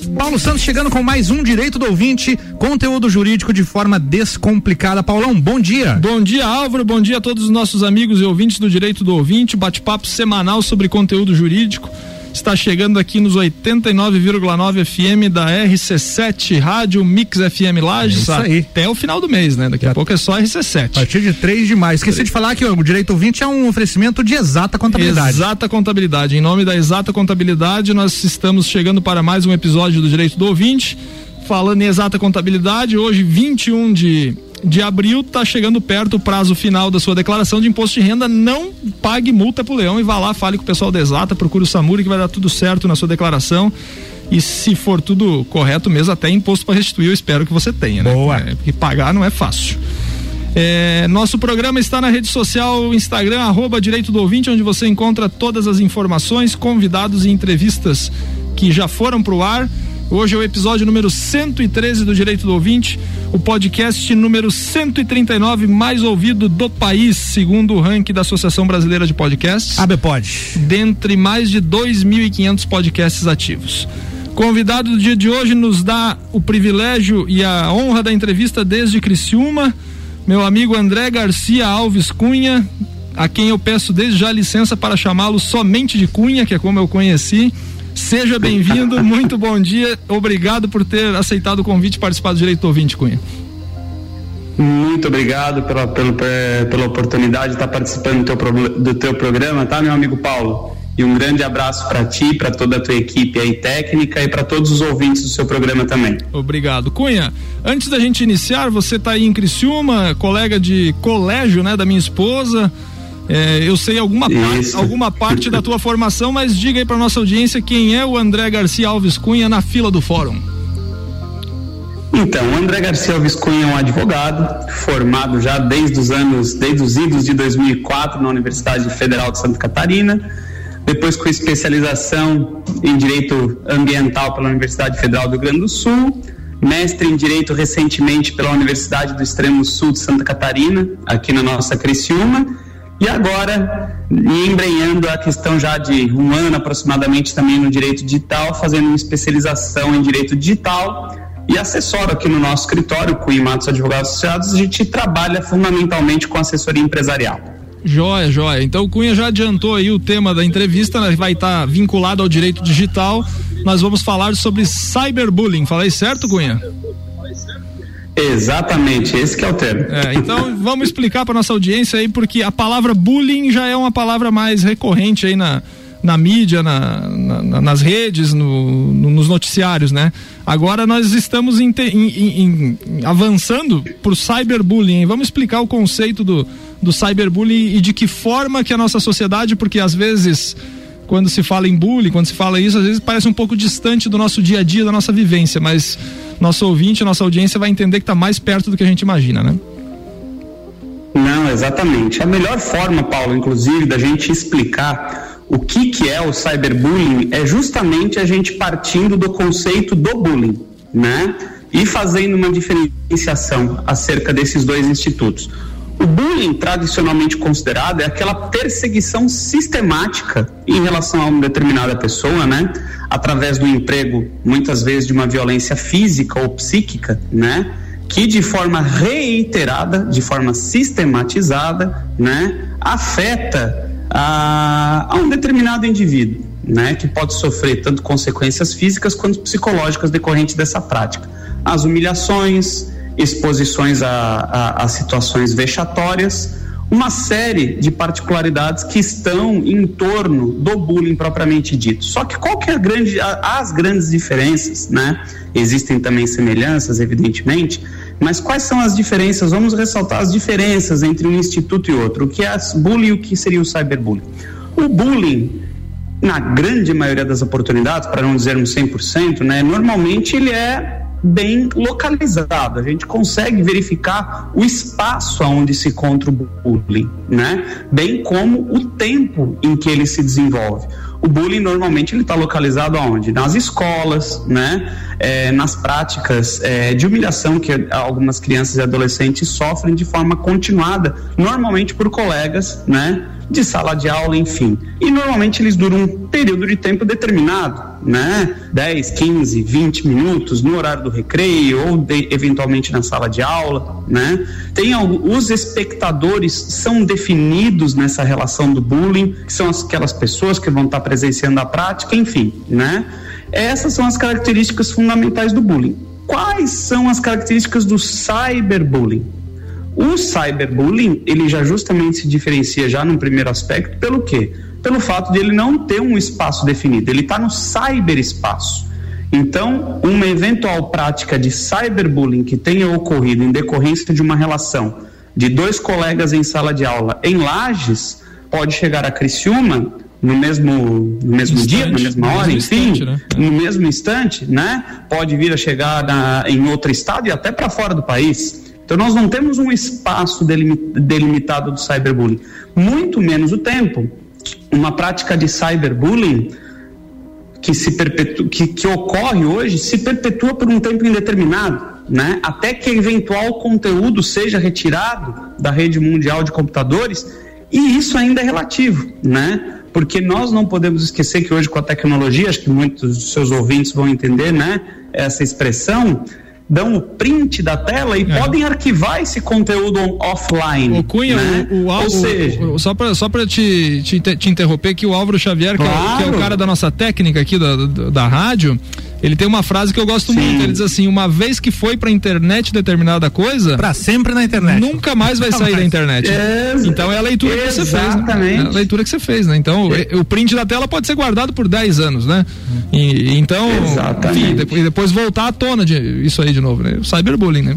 Paulo Santos chegando com mais um Direito do Ouvinte, conteúdo jurídico de forma descomplicada. Paulão, bom dia. Bom dia, Álvaro, bom dia a todos os nossos amigos e ouvintes do Direito do Ouvinte, bate-papo semanal sobre conteúdo jurídico. Está chegando aqui nos 89,9 FM da RC7 Rádio Mix FM Lages, até o final do mês, né? Daqui a pouco é só RC7. A partir de 3 de maio. Esqueci de falar que o Direito Ouvinte é um oferecimento de Exata Contabilidade. Exata Contabilidade. Em nome da Exata Contabilidade, nós estamos chegando para mais um episódio do Direito do Ouvinte. Falando em Exata Contabilidade, hoje 21 de abril, tá chegando perto o prazo final da sua declaração de imposto de renda. Não pague multa pro Leão e vá lá, fale com o pessoal da Exata, procure o Samuri que vai dar tudo certo na sua declaração. E se for tudo correto mesmo, até imposto para restituir, eu espero que você tenha, né? Boa. Porque pagar não é fácil. Nosso programa está na rede social Instagram, @Direito do Ouvinte, onde você encontra todas as informações, convidados e entrevistas que já foram pro ar. Hoje é o episódio número 113 do Direito do Ouvinte, o podcast número 139 mais ouvido do país, segundo o ranking da Associação Brasileira de Podcasts. ABPOD. Dentre mais de 2.500 podcasts ativos. Convidado do dia de hoje nos dá o privilégio e a honra da entrevista desde Criciúma, meu amigo André Garcia Alves Cunha, a quem eu peço desde já licença para chamá-lo somente de Cunha, que é como eu conheci. Seja bem-vindo, muito bom dia, obrigado por ter aceitado o convite e participar do Direito do Ouvinte, Cunha. Muito obrigado pela oportunidade de estar participando do teu programa, tá, meu amigo Paulo? E um grande abraço para ti, para toda a tua equipe aí técnica e para todos os ouvintes do seu programa também. Obrigado. Cunha, antes da gente iniciar, você está aí em Criciúma, colega de colégio, né, da minha esposa. Eu sei alguma parte da tua formação, mas diga aí para nossa audiência quem é o André Garcia Alves Cunha na fila do fórum. Então, o André Garcia Alves Cunha é um advogado formado já desde os idos de 2004 na Universidade Federal de Santa Catarina, depois com especialização em Direito Ambiental pela Universidade Federal do Rio Grande do Sul, mestre em Direito recentemente pela Universidade do Extremo Sul de Santa Catarina, aqui na nossa Criciúma. E agora, embrenhando a questão já de um ano aproximadamente também no direito digital, fazendo uma especialização em direito digital e assessoro aqui no nosso escritório, Cunha Matos Advogados Associados. A gente trabalha fundamentalmente com assessoria empresarial. Joia. Então o Cunha já adiantou aí o tema da entrevista, né? Vai estar vinculado ao direito digital. Nós vamos falar sobre cyberbullying. Falei certo, Cunha? Exatamente, esse que é o termo. Então vamos explicar para nossa audiência aí, porque a palavra bullying já é uma palavra mais recorrente aí na mídia, nas redes, nos noticiários, né? Agora nós estamos avançando por cyberbullying. Vamos explicar o conceito do cyberbullying e de que forma que a nossa sociedade, porque às vezes quando se fala em bullying, quando se fala isso, às vezes parece um pouco distante do nosso dia a dia, da nossa vivência, mas nosso ouvinte, nossa audiência vai entender que está mais perto do que a gente imagina, né? Não, exatamente. A melhor forma, Paulo, inclusive, da gente explicar o que é o cyberbullying é justamente a gente partindo do conceito do bullying, né? E fazendo uma diferenciação acerca desses dois institutos. O bullying, tradicionalmente considerado, é aquela perseguição sistemática em relação a uma determinada pessoa, né? Através do emprego, muitas vezes, de uma violência física ou psíquica, né? Que de forma reiterada, de forma sistematizada, né? Afeta a um determinado indivíduo, né? Que pode sofrer tanto consequências físicas quanto psicológicas decorrentes dessa prática. As humilhações, exposições a situações vexatórias, uma série de particularidades que estão em torno do bullying propriamente dito. Só que qual que é as grandes diferenças, né? Existem também semelhanças, evidentemente, mas quais são as diferenças? Vamos ressaltar as diferenças entre um instituto e outro. O que é bullying e o que seria o cyberbullying? O bullying, na grande maioria das oportunidades, para não dizermos 100%, né? Normalmente ele é bem localizado, a gente consegue verificar o espaço onde se encontra o bullying, né? Bem como o tempo em que ele se desenvolve. O bullying normalmente ele está localizado aonde? Nas escolas, né? Nas práticas de humilhação que algumas crianças e adolescentes sofrem de forma continuada, normalmente por colegas, né? de sala de aula, enfim. E normalmente eles duram um período de tempo determinado, né? 10, 15, 20 minutos no horário do recreio ou eventualmente na sala de aula, né? Os espectadores são definidos nessa relação do bullying, que são aquelas pessoas que vão estar presenciando a prática, enfim, né? Essas são as características fundamentais do bullying. Quais são as características do cyberbullying? O cyberbullying, ele já justamente se diferencia já no primeiro aspecto pelo quê? Pelo fato de ele não ter um espaço definido, ele está no cyberespaço. Então, uma eventual prática de cyberbullying que tenha ocorrido em decorrência de uma relação de 2 colegas em sala de aula em Lages, pode chegar a Criciúma no mesmo dia, na mesma hora, enfim, né? No mesmo instante, né? Pode vir a chegar em outro estado e até para fora do país. Então nós não temos um espaço delimitado do cyberbullying, muito menos o tempo. Uma prática de cyberbullying que ocorre hoje se perpetua por um tempo indeterminado, né? Até que eventual conteúdo seja retirado da rede mundial de computadores, e isso ainda é relativo, né? Porque nós não podemos esquecer que hoje com a tecnologia, acho que muitos dos seus ouvintes vão entender, né? Essa expressão, dão o print da tela e podem arquivar esse conteúdo offline. Cunha, né? Ou seja, só para te interromper, que o Álvaro Xavier, claro, que é o cara da nossa técnica aqui da rádio, ele tem uma frase que eu gosto muito, ele diz assim: uma vez que foi pra internet determinada coisa, pra sempre na internet, nunca mais vai sair da internet. Então é a leitura que você fez, né? É a leitura que você fez, né? Então o print da tela pode ser guardado por 10 anos, né? Então, enfim, depois voltar à tona isso aí de novo, né? O cyberbullying, né?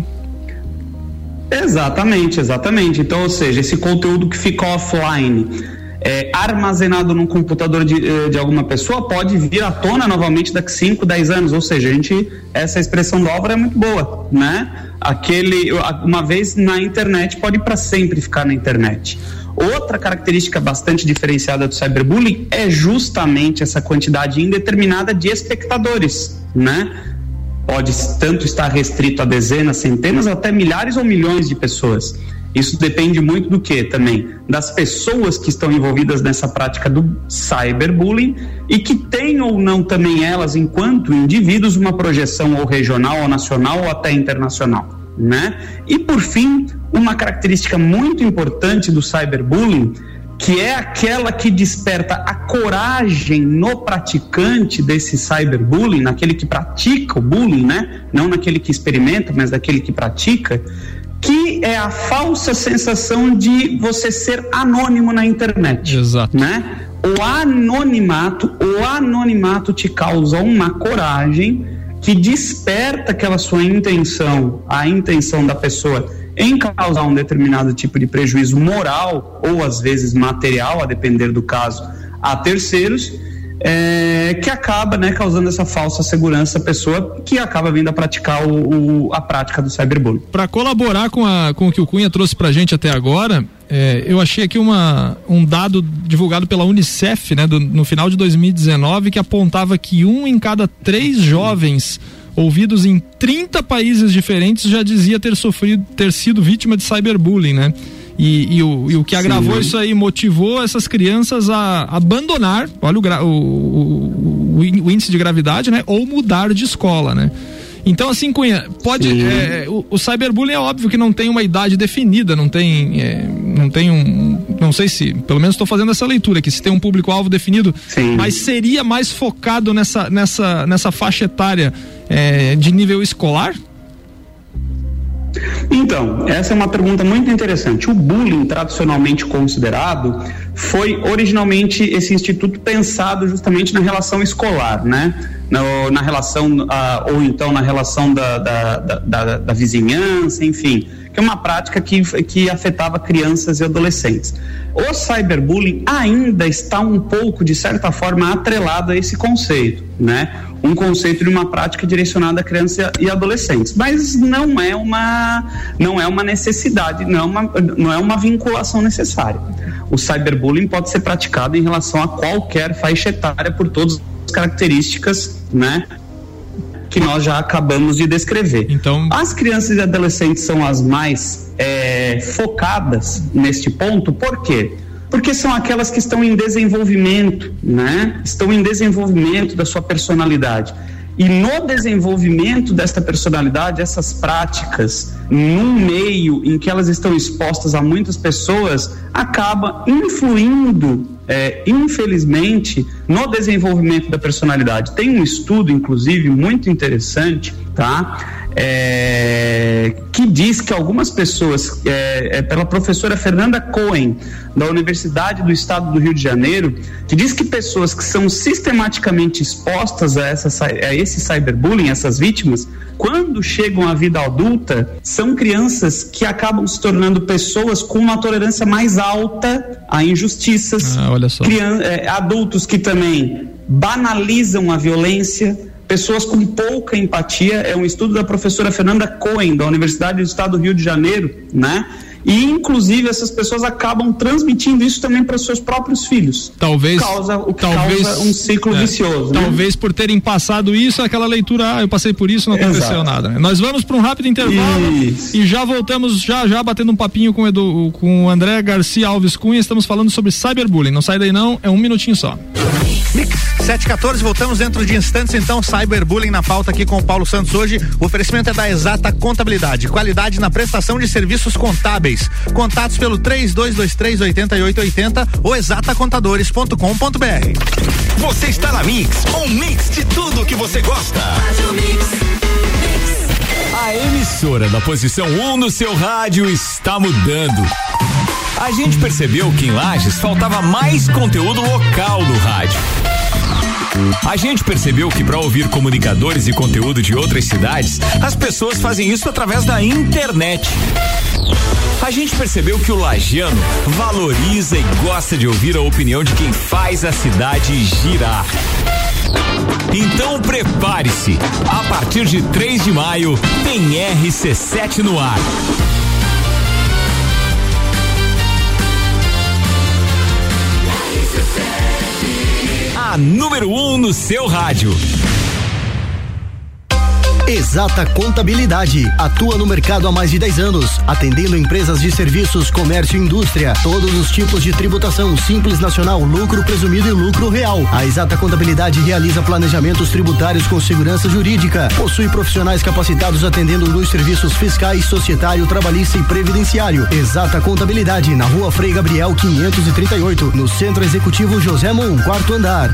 Exatamente. Então, ou seja, esse conteúdo que fica offline, armazenado num computador de alguma pessoa, pode vir à tona novamente daqui 5, 10 anos, ou seja, essa expressão do Álvaro é muito boa, né? Uma vez na internet, pode para sempre ficar na internet. Outra característica bastante diferenciada do cyberbullying é justamente essa quantidade indeterminada de espectadores, né? Pode tanto estar restrito a dezenas, centenas, até milhares ou milhões de pessoas. Isso depende muito do que também? Das pessoas que estão envolvidas nessa prática do cyberbullying e que têm ou não também elas, enquanto indivíduos, uma projeção ou regional, ou nacional, ou até internacional, né? E por fim, uma característica muito importante do cyberbullying, que é aquela que desperta a coragem no praticante desse cyberbullying, naquele que pratica o bullying, né? Não naquele que experimenta, mas naquele que pratica, que é a falsa sensação de você ser anônimo na internet. Exato. Né? O anonimato te causa uma coragem que desperta aquela sua intenção, a intenção da pessoa em causar um determinado tipo de prejuízo moral ou às vezes material, a depender do caso, a terceiros, que acaba, né, causando essa falsa segurança à pessoa, que acaba vindo a praticar a prática do cyberbullying. Para colaborar com o que o Cunha trouxe pra gente até agora, eu achei aqui um dado divulgado pela Unicef, né, no final de 2019, que apontava que 1 em cada 3 jovens ouvidos em 30 países diferentes já dizia ter sido vítima de cyberbullying, né? E o que agravou isso aí, motivou essas crianças a abandonar, olha o índice de gravidade, né? Ou mudar de escola, né? Então, assim, Cunha, o cyberbullying é óbvio que não tem uma idade definida, não sei se, pelo menos estou fazendo essa leitura aqui, se tem um público-alvo definido, mas seria mais focado nessa faixa etária de nível escolar? Então, essa é uma pergunta muito interessante. O bullying, tradicionalmente considerado, foi originalmente esse instituto pensado justamente na relação escolar, né? Na relação, ou então na relação da vizinhança, enfim, que é uma prática que afetava crianças e adolescentes. O cyberbullying ainda está um pouco, de certa forma, atrelado a esse conceito, né? Um conceito de uma prática direcionada a crianças e adolescentes, mas não é uma necessidade, não é uma vinculação necessária. O cyberbullying pode ser praticado em relação a qualquer faixa etária por todas as características, né, que nós já acabamos de descrever. Então, as crianças e adolescentes são as mais focadas neste ponto. Por quê? Porque são aquelas que estão em desenvolvimento, né? Estão em desenvolvimento da sua personalidade. E no desenvolvimento desta personalidade, essas práticas, num meio em que elas estão expostas a muitas pessoas, acaba influindo, infelizmente, no desenvolvimento da personalidade. Tem um estudo, inclusive, muito interessante, tá? Que diz que algumas pessoas, pela professora Fernanda Cohen, da Universidade do Estado do Rio de Janeiro, que diz que pessoas que são sistematicamente expostas a esse cyberbullying, essas vítimas, quando chegam à vida adulta, são crianças que acabam se tornando pessoas com uma tolerância mais alta a injustiças, olha só. Adultos que também banalizam a violência, pessoas com pouca empatia. É um estudo da professora Fernanda Cohen, da Universidade do Estado do Rio de Janeiro, né? E, inclusive, essas pessoas acabam transmitindo isso também para os seus próprios filhos. Talvez causa um ciclo vicioso. Talvez, né? Por terem passado isso, aquela leitura, eu passei por isso, não aconteceu nada. Né? Nós vamos para um rápido intervalo e já voltamos, já batendo um papinho com o André Garcia Alves Cunha. Estamos falando sobre cyberbullying. Não sai daí não, é um minutinho só. Mix 714, voltamos dentro de instantes, então, cyberbullying na pauta aqui com o Paulo Santos hoje. O oferecimento é da Exata Contabilidade, qualidade na prestação de serviços contábeis. Contatos pelo 3223-8880 ou exatacontadores.com.br. Você está na Mix, um mix de tudo que você gosta. A emissora da posição 1 no seu rádio está mudando. A gente percebeu que em Lages faltava mais conteúdo local no rádio. A gente percebeu que para ouvir comunicadores e conteúdo de outras cidades, as pessoas fazem isso através da internet. A gente percebeu que o lagiano valoriza e gosta de ouvir a opinião de quem faz a cidade girar. Então prepare-se, a partir de 3 de maio tem RC7 no ar. A número 1 no seu rádio. Exata Contabilidade. Atua no mercado há mais de 10 anos, atendendo empresas de serviços, comércio e indústria. Todos os tipos de tributação, simples, nacional, lucro presumido e lucro real. A Exata Contabilidade realiza planejamentos tributários com segurança jurídica. Possui profissionais capacitados atendendo nos serviços fiscais, societário, trabalhista e previdenciário. Exata Contabilidade, na Rua Frei Gabriel 538, no Centro Executivo José Mon, 4º andar,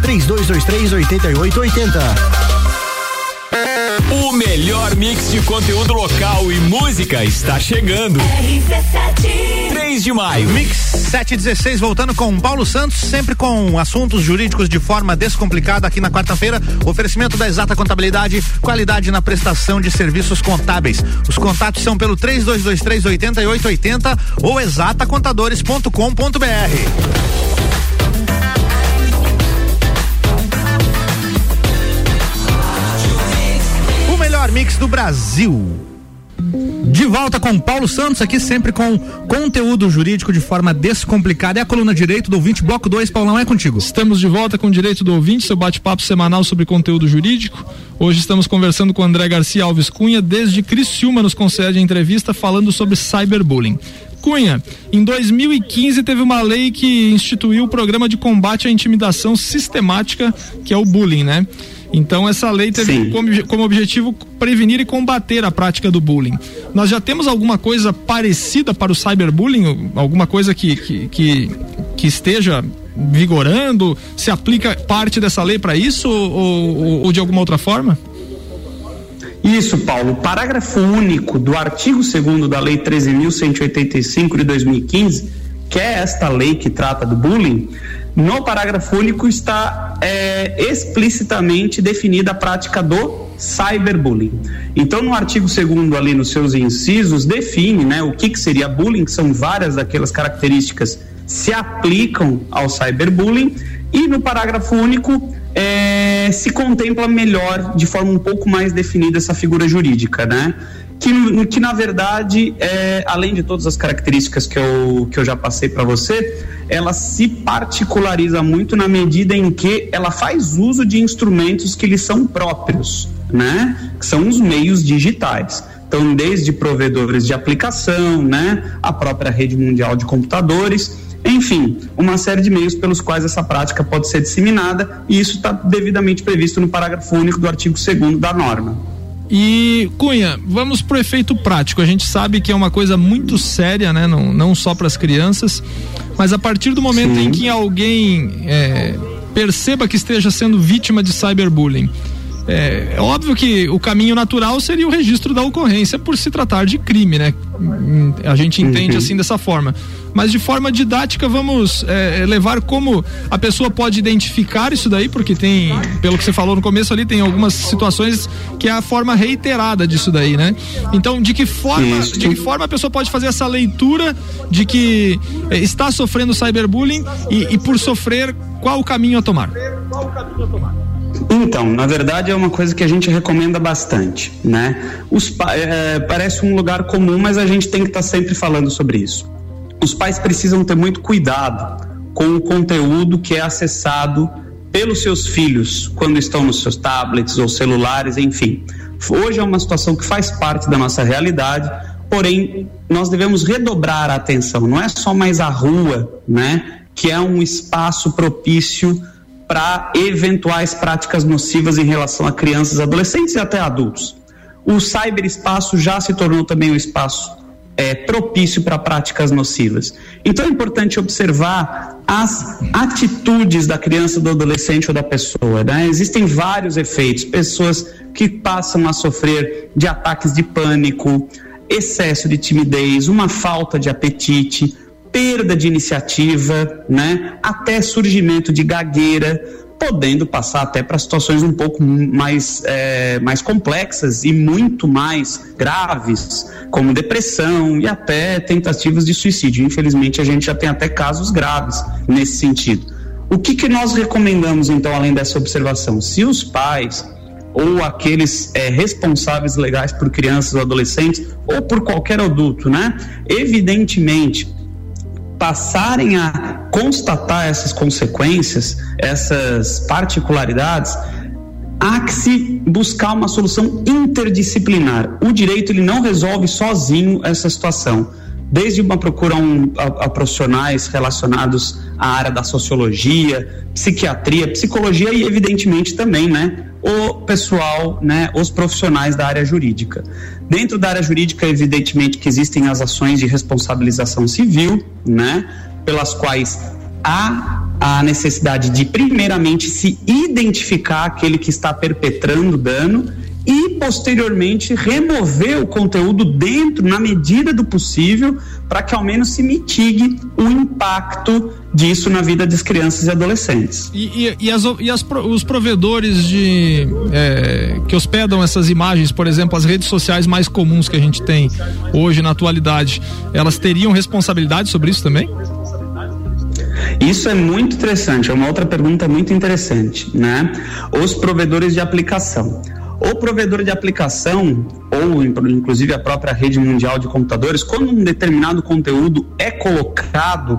3223-8880. O melhor mix de conteúdo local e música está chegando. RC7. 3 de maio. Mix 716, voltando com Paulo Santos, sempre com assuntos jurídicos de forma descomplicada aqui na quarta-feira. Oferecimento da Exata Contabilidade, qualidade na prestação de serviços contábeis. Os contatos são pelo 3223-8880 ou exatacontadores.com.br. Mix do Brasil. De volta com Paulo Santos, aqui sempre com conteúdo jurídico de forma descomplicada. É a coluna Direito do Ouvinte, bloco 2, Paulão, é contigo. Estamos de volta com Direito do Ouvinte, seu bate-papo semanal sobre conteúdo jurídico. Hoje estamos conversando com o André Garcia Alves Cunha, desde Criciúma nos concede a entrevista falando sobre cyberbullying. Cunha, em 2015 teve uma lei que instituiu o programa de combate à intimidação sistemática, que é o bullying, né? Então essa lei teve como objetivo prevenir e combater a prática do bullying. Nós já temos alguma coisa parecida para o cyberbullying? Alguma coisa que esteja vigorando? Se aplica parte dessa lei para isso ou de alguma outra forma? Isso, Paulo. O parágrafo único do artigo 2º da Lei 13.185 de 2015, que é esta lei que trata do bullying, no parágrafo único está explicitamente definida a prática do cyberbullying. Então, no artigo 2º ali nos seus incisos, define, né, o que seria bullying, que são várias daquelas características se aplicam ao cyberbullying, e no parágrafo único se contempla melhor, de forma um pouco mais definida, essa figura jurídica, né? Que na verdade, além de todas as características que eu já passei para você, ela se particulariza muito na medida em que ela faz uso de instrumentos que lhe são próprios, né? Que são os meios digitais. Então, desde provedores de aplicação, né? A própria rede mundial de computadores, enfim, uma série de meios pelos quais essa prática pode ser disseminada, e isso está devidamente previsto no parágrafo único do artigo 2º da norma. E, Cunha, vamos pro efeito prático. A gente sabe que é uma coisa muito séria, né? Não só para as crianças, mas a partir do momento em que alguém perceba que esteja sendo vítima de cyberbullying, é óbvio que o caminho natural seria o registro da ocorrência por se tratar de crime, né? A gente entende assim dessa forma. Mas de forma didática vamos levar como a pessoa pode identificar isso daí, porque tem, pelo que você falou no começo ali, tem algumas situações que é a forma reiterada disso daí, né? Então, de que forma a pessoa pode fazer essa leitura de que está sofrendo cyberbullying e por sofrer, qual o caminho a tomar? Então, na verdade é uma coisa que a gente recomenda bastante, né? Parece um lugar comum, mas a gente tem que estar sempre falando sobre isso. Os pais precisam ter muito cuidado com o conteúdo que é acessado pelos seus filhos quando estão nos seus tablets ou celulares, enfim. Hoje é uma situação que faz parte da nossa realidade, porém nós devemos redobrar a atenção. Não é só mais a rua, né, que é um espaço propício para eventuais práticas nocivas em relação a crianças, adolescentes e até adultos. O cyberespaço já se tornou também um espaço propício para práticas nocivas. Então é importante observar as atitudes da criança, do adolescente ou da pessoa, né? Existem vários efeitos, pessoas que passam a sofrer de ataques de pânico, excesso de timidez, uma falta de apetite, perda de iniciativa, né? Até surgimento de gagueira, podendo passar até para situações um pouco mais complexas e muito mais graves, como depressão e até tentativas de suicídio. Infelizmente, a gente já tem até casos graves nesse sentido. O que nós recomendamos, então, além dessa observação? Se os pais ou aqueles responsáveis legais por crianças ou adolescentes, ou por qualquer adulto, né? Evidentemente, passarem a constatar essas consequências, essas particularidades, há que se buscar uma solução interdisciplinar. O direito, ele não resolve sozinho essa situação. Desde uma procura a profissionais relacionados à área da sociologia, psiquiatria, psicologia e evidentemente também, né, o pessoal, né, os profissionais da área jurídica. Dentro da área jurídica, evidentemente que existem as ações de responsabilização civil, né, pelas quais há a necessidade de primeiramente se identificar aquele que está perpetrando dano e posteriormente remover o conteúdo dentro, na medida do possível, para que ao menos se mitigue o impacto disso na vida das crianças e adolescentes. Os provedores que hospedam essas imagens, por exemplo, as redes sociais mais comuns que a gente tem hoje na atualidade, elas teriam responsabilidade sobre isso também? Isso é muito interessante, é uma outra pergunta muito interessante, né? Os provedores de aplicação. O provedor de aplicação, ou inclusive a própria rede mundial de computadores, quando um determinado conteúdo é colocado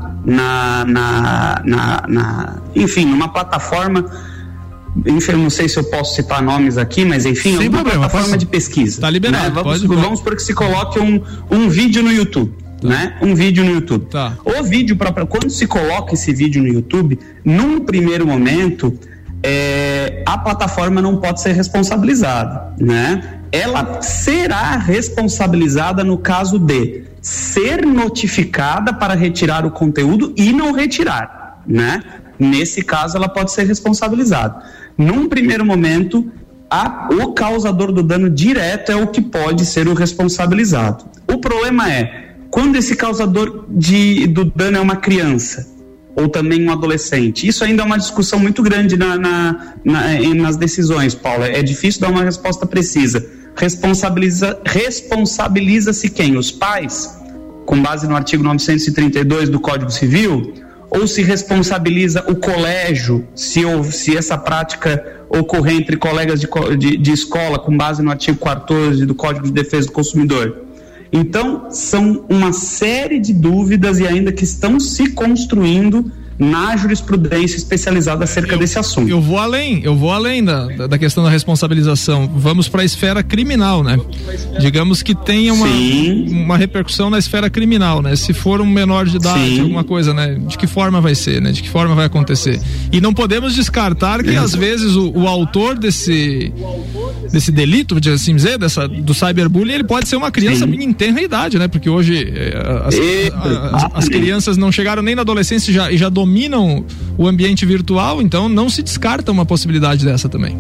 enfim, numa plataforma, enfim, não sei se eu posso citar nomes aqui, mas enfim, é uma plataforma de pesquisa. Tá liberado, né? Vamos por que se coloque um vídeo no YouTube. Tá. Né? Um vídeo no YouTube. Tá. O vídeo quando se coloca esse vídeo no YouTube, num primeiro momento, a plataforma não pode ser responsabilizada, né? Ela será responsabilizada no caso de ser notificada para retirar o conteúdo e não retirar, né? Nesse caso, ela pode ser responsabilizada. Num primeiro momento, o causador do dano direto é o que pode ser o responsabilizado. O problema quando esse causador do dano é uma criança ou também um adolescente. Isso ainda é uma discussão muito grande nas decisões, Paula. É difícil dar uma resposta precisa. Responsabiliza-se quem? Os pais, com base no artigo 932 do Código Civil? Ou se responsabiliza o colégio, se essa prática ocorrer entre colegas de escola, com base no artigo 14 do Código de Defesa do Consumidor? Então, são uma série de dúvidas e ainda que estão se construindo na jurisprudência especializada acerca desse assunto. Eu vou além da questão da responsabilização. Vamos para a esfera criminal, né? Digamos que tenha uma repercussão na esfera criminal, né? Se for um menor de idade, alguma coisa, né? De que forma vai ser, né? De que forma vai acontecer? E não podemos descartar que às vezes o autor desse delito, de assim dizer, do cyberbullying, ele pode ser uma criança em tenra idade, né? Porque hoje as crianças não chegaram nem na adolescência e já dominam o ambiente virtual, então não se descarta uma possibilidade dessa também.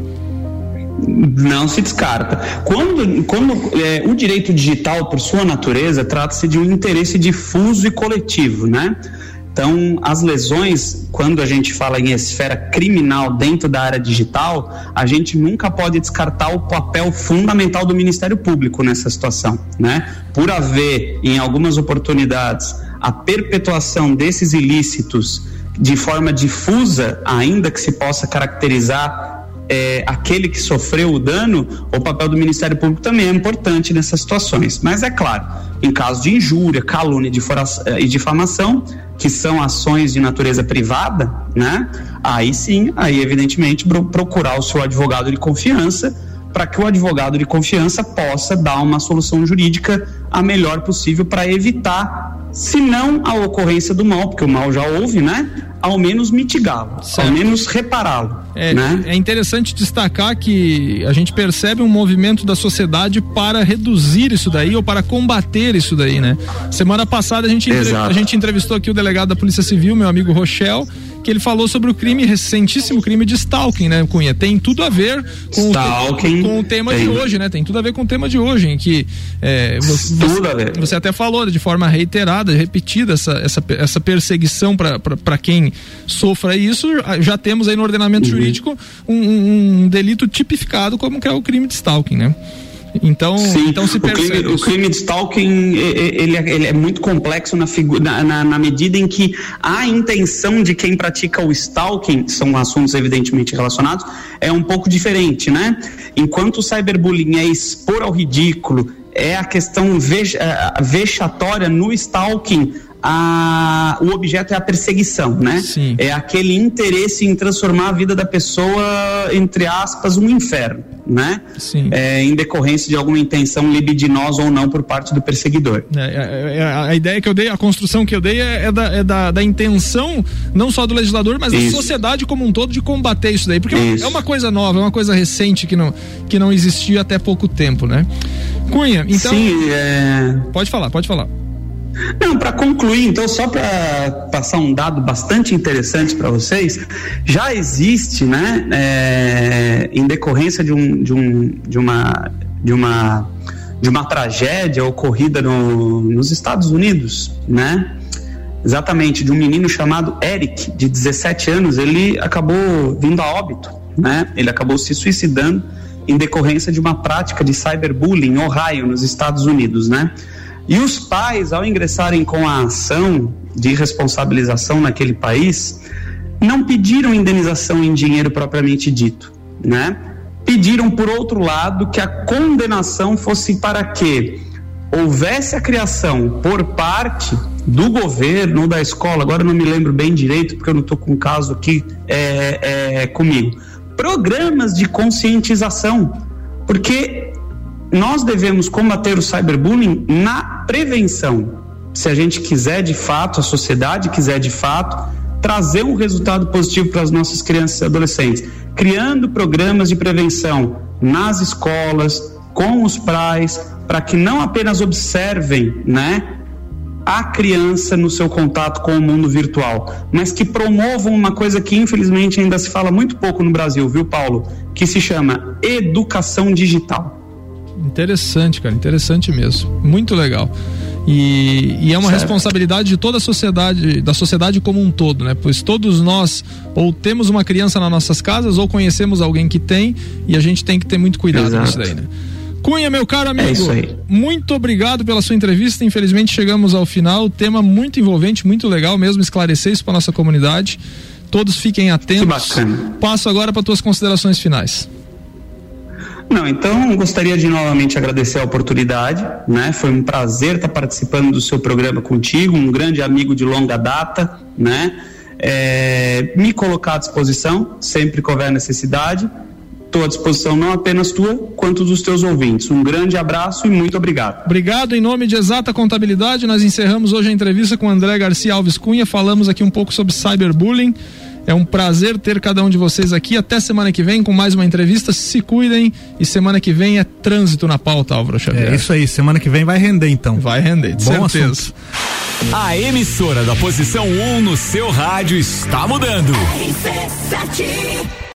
Não se descarta. Quando o direito digital, por sua natureza, trata-se de um interesse difuso e coletivo, né? Então, as lesões, quando a gente fala em esfera criminal dentro da área digital, a gente nunca pode descartar o papel fundamental do Ministério Público nessa situação, né? Por haver, em algumas oportunidades, a perpetuação desses ilícitos de forma difusa, ainda que se possa caracterizar aquele que sofreu o dano, o papel do Ministério Público também é importante nessas situações. Mas é claro, em caso de injúria, calúnia e difamação, que são ações de natureza privada, né? Aí evidentemente procurar o seu advogado de confiança, para que o advogado de confiança possa dar uma solução jurídica a melhor possível para evitar, se não a ocorrência do mal, porque o mal já houve, né? Ao menos mitigá-lo, ao menos repará-lo. Né? É interessante destacar que a gente percebe um movimento da sociedade para reduzir isso daí ou para combater isso daí, né? Semana passada a gente entrevistou aqui o delegado da Polícia Civil, meu amigo Rochel, que ele falou sobre o recentíssimo crime de stalking, né, Cunha? Tem tudo a ver com o tema de hoje, né? Tem tudo a ver com o tema de hoje, em que você até falou de forma reiterada, repetida, essa perseguição para quem sofra isso. Já temos aí no ordenamento jurídico um delito tipificado como que é o crime de stalking, né? Então se percebe. O crime de stalking ele é muito complexo na medida em que a intenção de quem pratica o stalking, são assuntos evidentemente relacionados, é um pouco diferente, né? Enquanto o cyberbullying é expor ao ridículo, é a questão vexatória no stalking. O objeto é a perseguição, né? Sim. É aquele interesse em transformar a vida da pessoa, entre aspas, um inferno, né? Sim. Em decorrência de alguma intenção libidinosa ou não por parte do perseguidor. A ideia que eu dei, a construção que eu dei é da intenção, não só do legislador, mas da sociedade como um todo, de combater isso daí, porque é uma coisa nova, é uma coisa recente que não existia até pouco tempo, né? Cunha, então... Sim, Pode falar. Não, para concluir, então, só para passar um dado bastante interessante para vocês, já existe, né, em decorrência de uma tragédia ocorrida nos Estados Unidos, né, exatamente, de um menino chamado Eric, de 17 anos, ele acabou vindo a óbito, né, ele acabou se suicidando em decorrência de uma prática de cyberbullying em Ohio, nos Estados Unidos, né. E os pais, ao ingressarem com a ação de responsabilização naquele país, não pediram indenização em dinheiro propriamente dito, né? Pediram, por outro lado, que a condenação fosse para que houvesse a criação por parte do governo ou da escola, agora eu não me lembro bem direito, porque eu não estou com o caso aqui comigo, programas de conscientização, porque nós devemos combater o cyberbullying na prevenção. Se a gente quiser de fato, a sociedade quiser de fato trazer um resultado positivo para as nossas crianças e adolescentes, criando programas de prevenção nas escolas, com os pais, para que não apenas observem, né, a criança no seu contato com o mundo virtual, mas que promovam uma coisa que infelizmente ainda se fala muito pouco no Brasil, viu, Paulo? Que se chama educação digital. Interessante, cara, interessante mesmo, muito legal. E é uma responsabilidade de toda a sociedade, da sociedade como um todo, né? Pois todos nós ou temos uma criança nas nossas casas ou conhecemos alguém que tem, e a gente tem que ter muito cuidado nisso daí, né? Cunha, meu caro amigo, muito obrigado pela sua entrevista. Infelizmente chegamos ao final, tema muito envolvente, muito legal mesmo esclarecer isso para nossa comunidade. Todos fiquem atentos. Que bacana. Passo agora para tuas considerações finais. Não, então gostaria de novamente agradecer a oportunidade, né? Foi um prazer estar participando do seu programa contigo, um grande amigo de longa data, né? me colocar à disposição, sempre que houver necessidade. Estou à disposição não apenas tua, quanto dos teus ouvintes. Um grande abraço e muito obrigado. Obrigado, em nome de Exata Contabilidade. Nós encerramos hoje a entrevista com o André Garcia Alves Cunha. Falamos aqui um pouco sobre cyberbullying. É um prazer ter cada um de vocês aqui. Até semana que vem com mais uma entrevista. Se cuidem, e semana que vem é trânsito na pauta, Álvaro Xavier. É isso aí, semana que vem vai render então. Vai render, de Bom certeza. Assunto. A emissora da posição 1 no seu rádio está mudando.